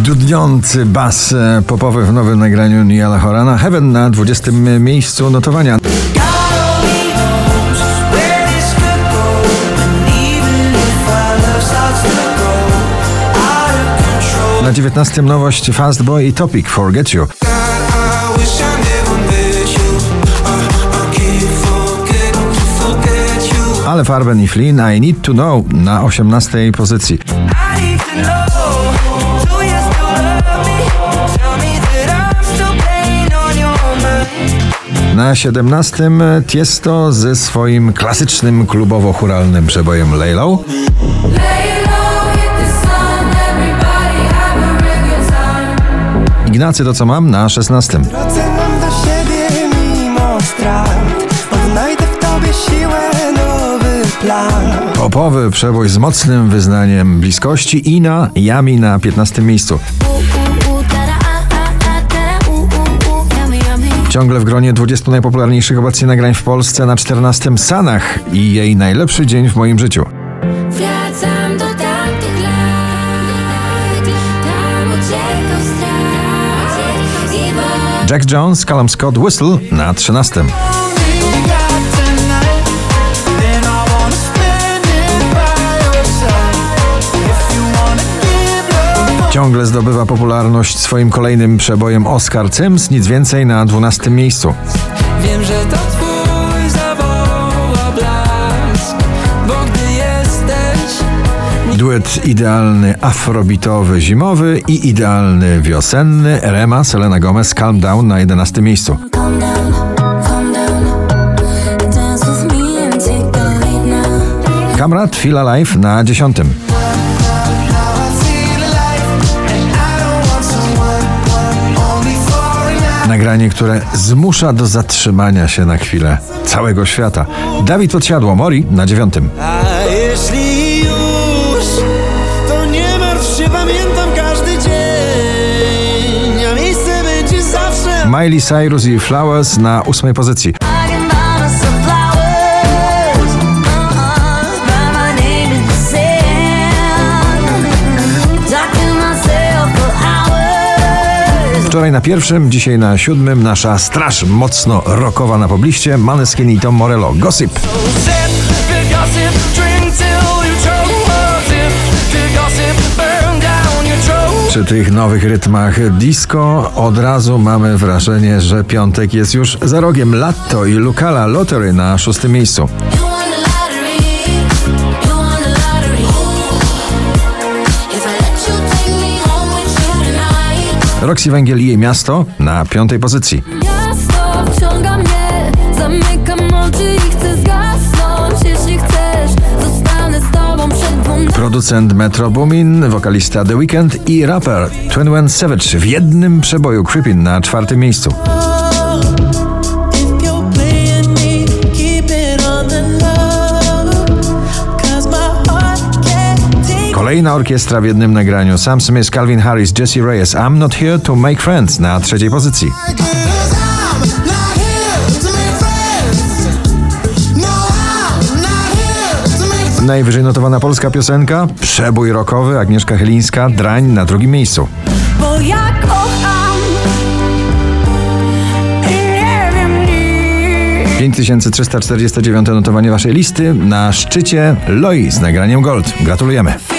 Dudniący bas popowy w nowym nagraniu Nialla Horana. Heaven na 20. miejscu notowania. Na 19. nowość Fastboy i Topic Forget You. Ale Farben i Flynn I Need to Know na 18. pozycji. Na 17. Tiesto ze swoim klasycznym klubowo-chóralnym przebojem Lay Low. Ignacy To Co Mam na 16. Popowy przebój z mocnym wyznaniem bliskości i na Yummy na 15. miejscu. Ciągle w gronie 20 najpopularniejszych obecnie nagrań w Polsce na 14. Sanach i jej najlepszy dzień w moim życiu. Wracam do tamtych lat, tam uciekał strach. Jack Jones, Callum Scott, Whistle na 13. Ciągle zdobywa popularność swoim kolejnym przebojem Oscar Sims, nic więcej na 12. miejscu. Wiem, że to twój zawoła blask, bo gdy jesteś... Duet idealny afrobitowy zimowy i idealny wiosenny Rema, Selena Gomez, Calm Down na 11. miejscu. Kamrat, Feel Alive na 10. Nagranie, które zmusza do zatrzymania się na chwilę całego świata. Dawid Podsiadło, Mori na 9. A jeśli już, to nie martw się, pamiętam każdy dzień, a miejsce będzie zawsze. Miley Cyrus i Flowers na 8. pozycji. Wczoraj na 1., dzisiaj na 7. nasza straż mocno rockowa na pobliście. Måneskin i Tom Morello, Gossip. Przy tych nowych rytmach disco od razu mamy wrażenie, że piątek jest już za rogiem. Latto i Lucala Lottery na 6. miejscu. Roxy Węgiel i jej Miasto na 5. pozycji. Miasto wciąga mnie, zamykam oczy i chcę zgasnąć. Jeśli chcesz, zostanę z tobą przed 12. Producent Metro Boomin, wokalista The Weeknd i raper 21 Savage w jednym przeboju Creepin' na 4. miejscu. Kolejna orkiestra w jednym nagraniu. Sam Smith, Calvin Harris, Jessie Reyes, I'm Not Here to Make Friends na 3. pozycji. Najwyżej notowana polska piosenka, przebój rockowy, Agnieszka Chylińska, Drań na 2. miejscu. Bo ja kocham i nie wiem nic. 5349 notowanie waszej listy. Na szczycie Loi z nagraniem Gold. Gratulujemy.